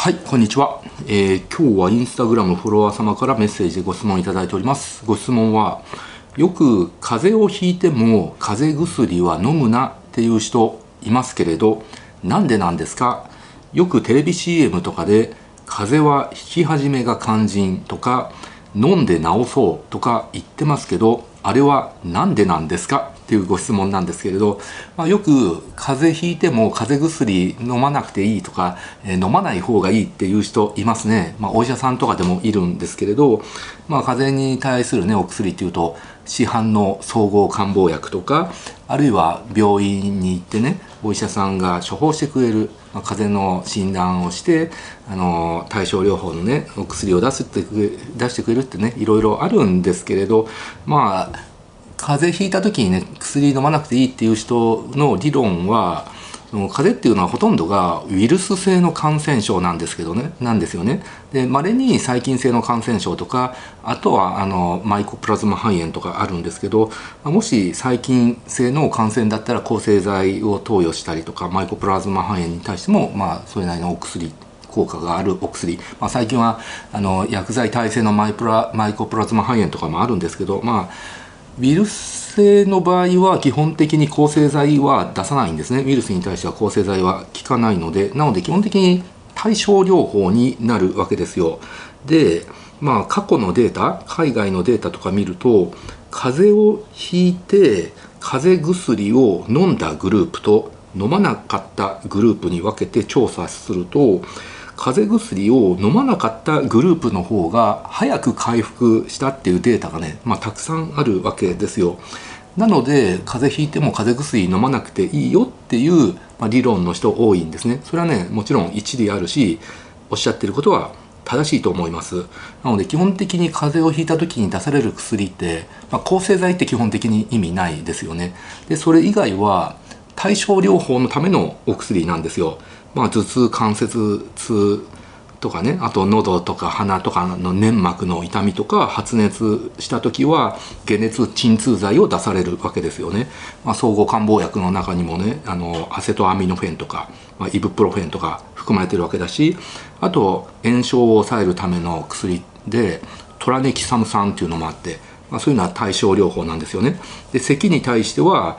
はい、こんにちは。今日はインスタグラムフォロワー様からメッセージでご質問いただいております。ご質問は、よく風邪をひいても風邪薬は飲むなっていう人いますけれど、なんでなんですか？よくテレビ CM とかで、風邪は引き始めが肝心とか、飲んで治そうとか言ってますけど、あれはなんでなんですかっていうご質問なんですけれど、よく風邪ひいても風邪薬飲まなくていいとか、飲まない方がいいっていう人いますね。お医者さんとかでもいるんですけれど、風邪に対するねお薬っていうと市販の総合漢方薬とか、あるいは病院に行ってねお医者さんが処方してくれる、風邪の診断をして対症療法のねお薬を出してくれるってねいろいろあるんですけれど、風邪ひいた時にね薬飲まなくていいっていう人の理論は、風邪っていうのはほとんどがウイルス性の感染症なんですよね。で稀に細菌性の感染症とか、あとはマイコプラズマ肺炎とかあるんですけど、もし細菌性の感染だったら抗生剤を投与したりとか、マイコプラズマ肺炎に対してもそれなりのお薬効果があるお薬、最近は薬剤耐性のマイコプラズマ肺炎とかもあるんですけど、ウイルス性の場合は基本的に抗生剤は出さないんですね。ウイルスに対しては抗生剤は効かないので、なので基本的に対症療法になるわけですよ。で、過去のデータ、海外のデータとか見ると、風邪をひいて風邪薬を飲んだグループと飲まなかったグループに分けて調査すると、風邪薬を飲まなかったグループの方が早く回復したっていうデータがね、たくさんあるわけですよ。なので風邪ひいても風邪薬飲まなくていいよっていう、理論の人多いんですね。それはねもちろん一理あるし、おっしゃってることは正しいと思います。なので基本的に風邪をひいた時に出される薬って、抗生剤って基本的に意味ないですよね。でそれ以外は対症療法のためのお薬なんですよ。頭痛関節痛とかね、あと喉とか鼻とかの粘膜の痛みとか発熱した時は解熱鎮痛剤を出されるわけですよね。総合漢方薬の中にもねアセトアミノフェンとか、イブプロフェンとか含まれてるわけだし、あと炎症を抑えるための薬でトラネキサム酸っていうのもあって、そういうのは対症療法なんですよね。で咳に対しては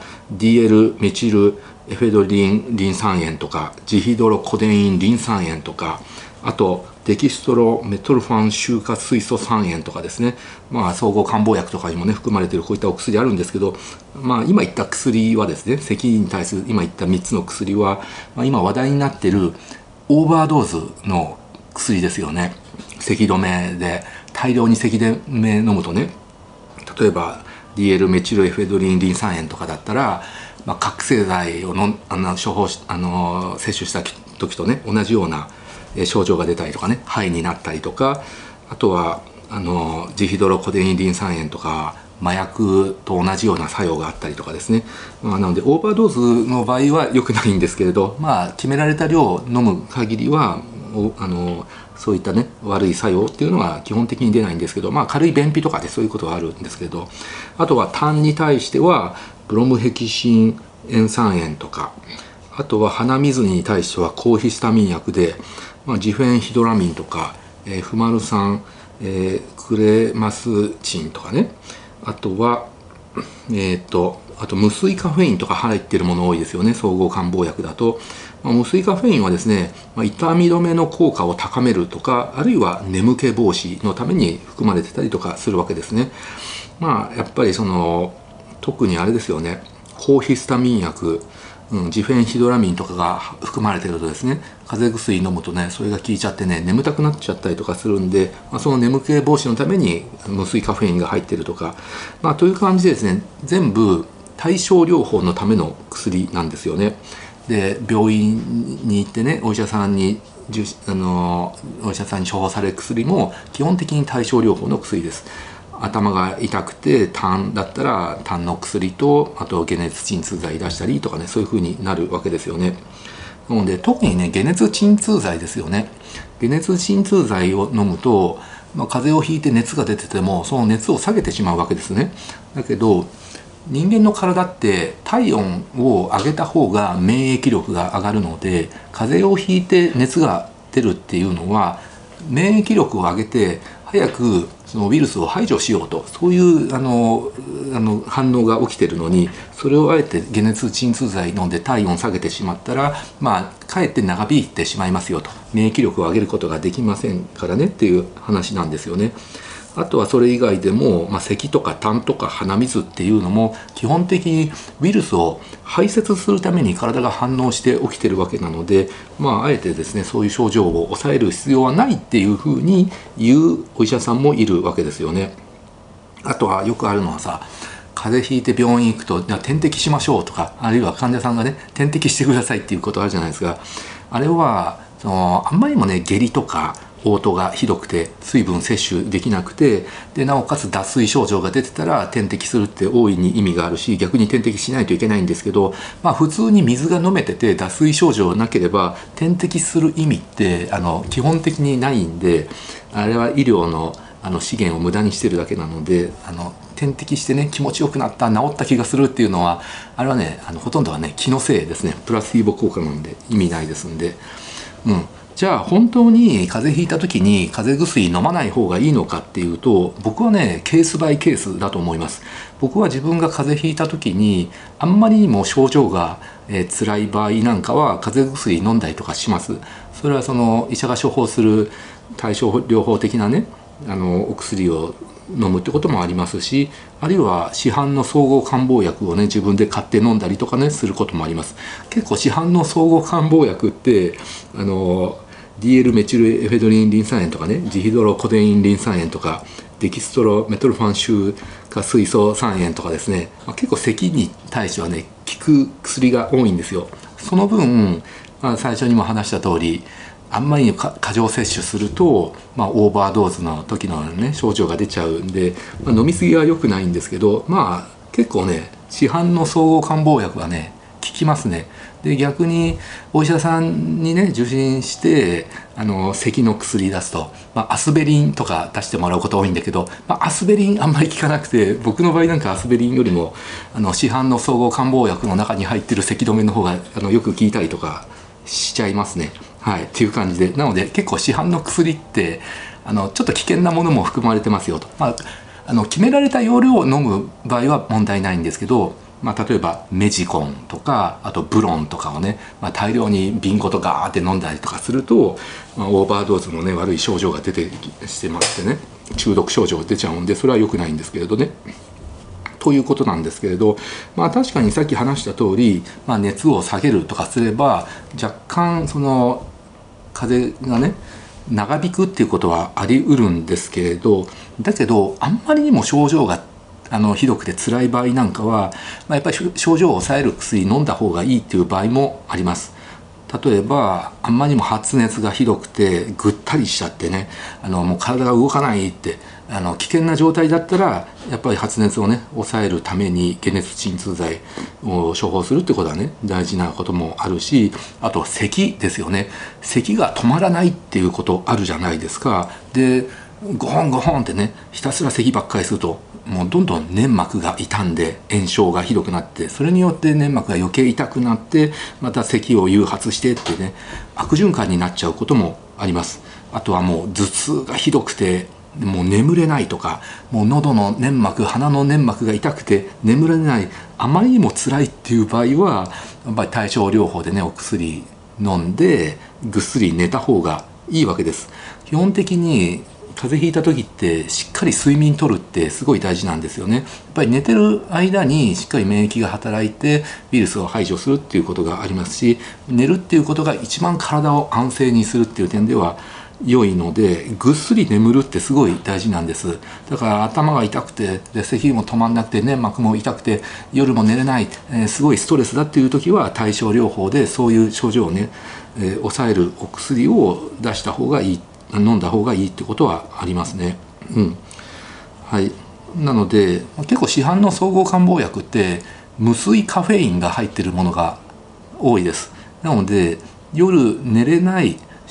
DL メチルエフェドリンリン酸塩とかジヒドロコデインリン酸塩とか、あとデキストロメトルファン臭化水素酸塩とかですね、総合漢方薬とかにもね含まれているこういったお薬あるんですけど、今言った薬はですね、咳に対する今言った3つの薬は、今話題になっているオーバードーズの薬ですよね。咳止めで大量に咳止め飲むとね、例えば DL メチルエフェドリンリン酸塩とかだったら、覚醒剤を処方し摂取した時とね同じような症状が出たりとかね、肺になったりとか、あとはジヒドロコデインリン酸塩とか麻薬と同じような作用があったりとかですね、なのでオーバードーズの場合は良くないんですけれど、決められた量を飲む限りはそういったね悪い作用っていうのは基本的に出ないんですけど、軽い便秘とかでそういうことはあるんですけど、あとは痰に対してはブロムヘキシン塩酸塩とか、あとは鼻水に対しては抗ヒスタミン薬で、ジフェンヒドラミンとか、フマル酸、クレマスチンとかね、あとはあと無水カフェインとか入っているもの多いですよね、総合漢方薬だと。無水カフェインはですね、痛み止めの効果を高めるとか、あるいは眠気防止のために含まれてたりとかするわけですね。やっぱり特にあれですよね、抗ヒスタミン薬、ジフェンヒドラミンとかが含まれているとですね、風邪薬飲むとねそれが効いちゃってね眠たくなっちゃったりとかするんで、その眠気防止のために無水カフェインが入っているとか、という感じでですね、全部対症療法のための薬なんですよね。で病院に行ってねお医者さんに処方される薬も基本的に対症療法の薬です。頭が痛くて痰だったら痰の薬と、あと解熱鎮痛剤出したりとかね、そういう風になるわけですよね。なので特にね解熱鎮痛剤ですよね。解熱鎮痛剤を飲むと、風邪をひいて熱が出ててもその熱を下げてしまうわけですね。だけど人間の体って体温を上げた方が免疫力が上がるので、風邪をひいて熱がってるっていうのは免疫力を上げて早くそのウイルスを排除しようと、そういう反応が起きてるのに、それをあえて解熱鎮痛剤飲んで体温下げてしまったら、かえって長引いてしまいますよと、免疫力を上げることができませんからねっていう話なんですよね。あとはそれ以外でも、咳とか痰とか鼻水っていうのも基本的にウイルスを排泄するために体が反応して起きてるわけなので、あえてですねそういう症状を抑える必要はないっていうふうに言うお医者さんもいるわけですよね。あとはよくあるのはさ、風邪ひいて病院行くと点滴しましょうとか、あるいは患者さんがね点滴してくださいっていうことあるじゃないですか。あれはあんまりにもね下痢とか嘔吐がひどくて水分摂取できなくて、でなおかつ脱水症状が出てたら点滴するって大いに意味があるし、逆に点滴しないといけないんですけど、普通に水が飲めてて脱水症状なければ点滴する意味って基本的にないんで、あれは医療の資源を無駄にしてるだけなので、点滴してね気持ちよくなった、治った気がするっていうのは、あれはねほとんどはね気のせいですね。プラシーボ効果なんで意味ないですんで。じゃあ本当に風邪ひいた時に風邪薬飲まない方がいいのかっていうと、僕はねケースバイケースだと思います。僕は自分が風邪ひいた時にあんまりにも症状が辛い場合なんかは風邪薬飲んだりとかします。それはその医者が処方する対症療法的なねお薬を飲むってこともありますし、あるいは市販の総合漢方薬をね自分で買って飲んだりとかねすることもあります。結構市販の総合漢方薬ってDL メチルエフェドリンリン酸塩とかね、ジヒドロコデインリン酸塩とかデキストロメトルファン臭化水素酸塩とかですね、結構咳に対してはね効く薬が多いんですよ。その分、最初にも話した通りあんまり過剰摂取すると、オーバードーズの時のね症状が出ちゃうんで、飲み過ぎは良くないんですけど、結構ね市販の総合漢方薬はね効きますね。で逆にお医者さんにね受診して咳の薬出すと、アスベリンとか出してもらうこと多いんだけど、アスベリンあんまり効かなくて、僕の場合なんかアスベリンよりも市販の総合漢方薬の中に入ってる咳止めの方がよく効いたりとかしちゃいますね。っていう感じで、なので結構市販の薬ってちょっと危険なものも含まれてますよと、決められた容量を飲む場合は問題ないんですけど、例えばメジコンとかあとブロンとかをね、大量に瓶ごとガーって飲んだりとかすると、オーバードーズのね悪い症状が出てしてましてね、中毒症状が出ちゃうんで、それは良くないんですけれどね。ということなんですけれど、確かにさっき話した通り、熱を下げるとかすれば若干その風邪がね長引くっていうことはあり得るんですけれど、だけどあんまりにも症状がひどくて辛い場合なんかは、やっぱり症状を抑える薬飲んだ方がいいっていう場合もあります。例えばあんまりにも発熱がひどくてぐったりしちゃってね、もう体が動かないって危険な状態だったら、やっぱり発熱をね抑えるために解熱鎮痛剤を処方するってことはね大事なこともあるし、あと咳ですよね。咳が止まらないっていうことあるじゃないですか。でゴホンゴホンってねひたすら咳ばっかりすると、もうどんどん粘膜が傷んで炎症がひどくなって、それによって粘膜が余計痛くなって、また咳を誘発してってね悪循環になっちゃうこともあります。あとはもう頭痛がひどくてもう眠れないとか、もう喉の粘膜鼻の粘膜が痛くて眠れない、あまりにも辛いっていう場合はやっぱり対症療法でねお薬飲んでぐっすり寝た方がいいわけです。基本的に風邪ひいた時ってしっかり睡眠とるってすごい大事なんですよね。やっぱり寝てる間にしっかり免疫が働いてウイルスを排除するっていうことがありますし、寝るっていうことが一番体を安静にするっていう点では良いので、ぐっすり眠るってすごい大事なんです。だから頭が痛くてで咳も止まんなくて粘膜も痛くて夜も寝れない、すごいストレスだっていう時は対症療法でそういう症状をね、抑えるお薬を出した方がいい、飲んだ方がいいってことはありますね。なので結構市販の総合漢方薬って無水カフェインが入ってるものが多いです。なので夜寝れない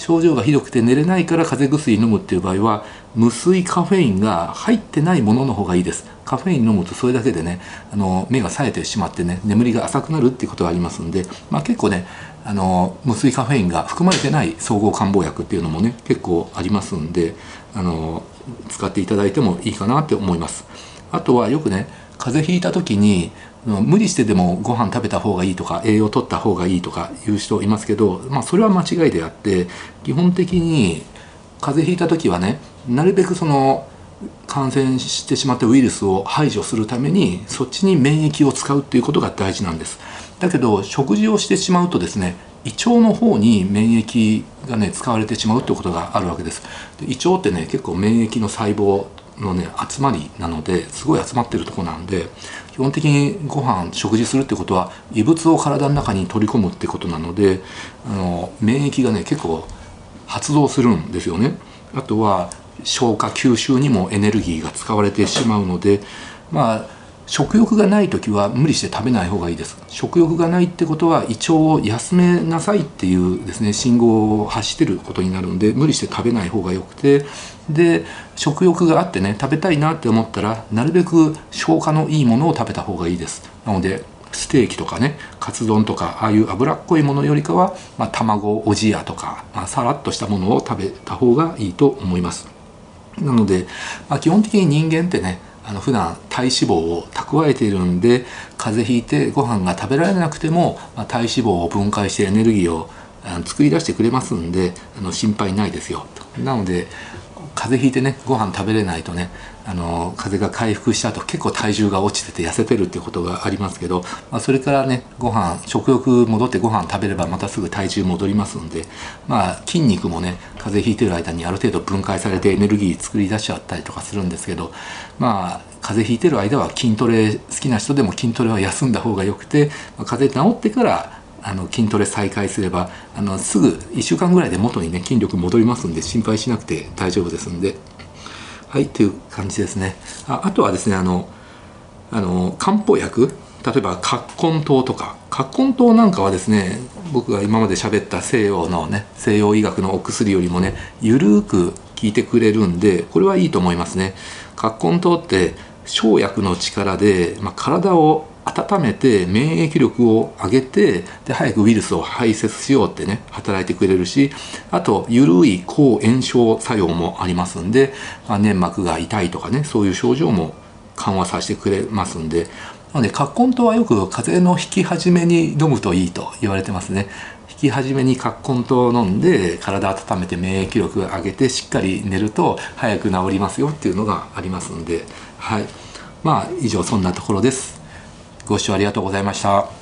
症状がひどくて寝れないから風邪薬飲むっていう場合は、無水カフェインが入ってないものの方がいいです。カフェイン飲むとそれだけでね、目が冴えてしまってね、眠りが浅くなるっていうことがありますんで、結構ね、無水カフェインが含まれてない総合漢方薬っていうのもね、結構ありますんで、使っていただいてもいいかなって思います。あとはよくね、風邪ひいた時に無理してでもご飯食べた方がいいとか栄養取った方がいいとかいう人いますけど、それは間違いであって、基本的に風邪ひいた時はね、なるべくその感染してしまったウイルスを排除するためにそっちに免疫を使うっていうことが大事なんです。だけど食事をしてしまうとですね、胃腸の方に免疫がね使われてしまうということがあるわけです。で、胃腸ってね、結構免疫の細胞のね集まりなので、すごい集まってるとこなんで、基本的に食事するってことは異物を体の中に取り込むってことなので、免疫がね結構発動するんですよね。あとは消化吸収にもエネルギーが使われてしまうので、食欲がない時は無理して食べない方がいいです。食欲がないってことは胃腸を休めなさいっていうですね信号を発してることになるんで、無理して食べない方がよくて、で食欲があってね、食べたいなって思ったらなるべく消化のいいものを食べた方がいいです。なのでステーキとかね、カツ丼とか、ああいう脂っこいものよりかは、卵おじやとか、さらっとしたものを食べた方がいいと思います。なので、基本的に人間ってね、普段体脂肪を蓄えているんで、風邪ひいてご飯が食べられなくても、体脂肪を分解してエネルギーを作り出してくれますんで、心配ないですよ。なので風邪ひいてね、ご飯食べれないとね、風邪が回復した後結構体重が落ちてて痩せてるっていうことがありますけど、それからね、食欲戻ってご飯食べればまたすぐ体重戻りますんで、筋肉もね、風邪ひいてる間にある程度分解されてエネルギー作り出しちゃったりとかするんですけど、風邪ひいてる間は筋トレ好きな人でも筋トレは休んだ方がよくて、風邪治ってから筋トレ再開すればすぐ1週間ぐらいで元にね筋力戻りますんで、心配しなくて大丈夫ですんで、はいという感じですね。あとはですね、漢方薬、例えば葛根湯とか、葛根湯なんかはですね、僕が今まで喋った西洋医学のお薬よりもね、ゆるく効いてくれるんで、これはいいと思いますね。葛根湯って生薬の力で、体を温めて免疫力を上げて、で早くウイルスを排泄しようってね働いてくれるし、あと緩い抗炎症作用もありますんで、粘膜が痛いとかね、そういう症状も緩和させてくれますんで、なので葛根湯はよく風邪の引き始めに飲むといいと言われてますね。引き始めに葛根湯を飲んで体を温めて免疫力を上げてしっかり寝ると早く治りますよっていうのがありますんで、はい、以上そんなところです。ご視聴ありがとうございました。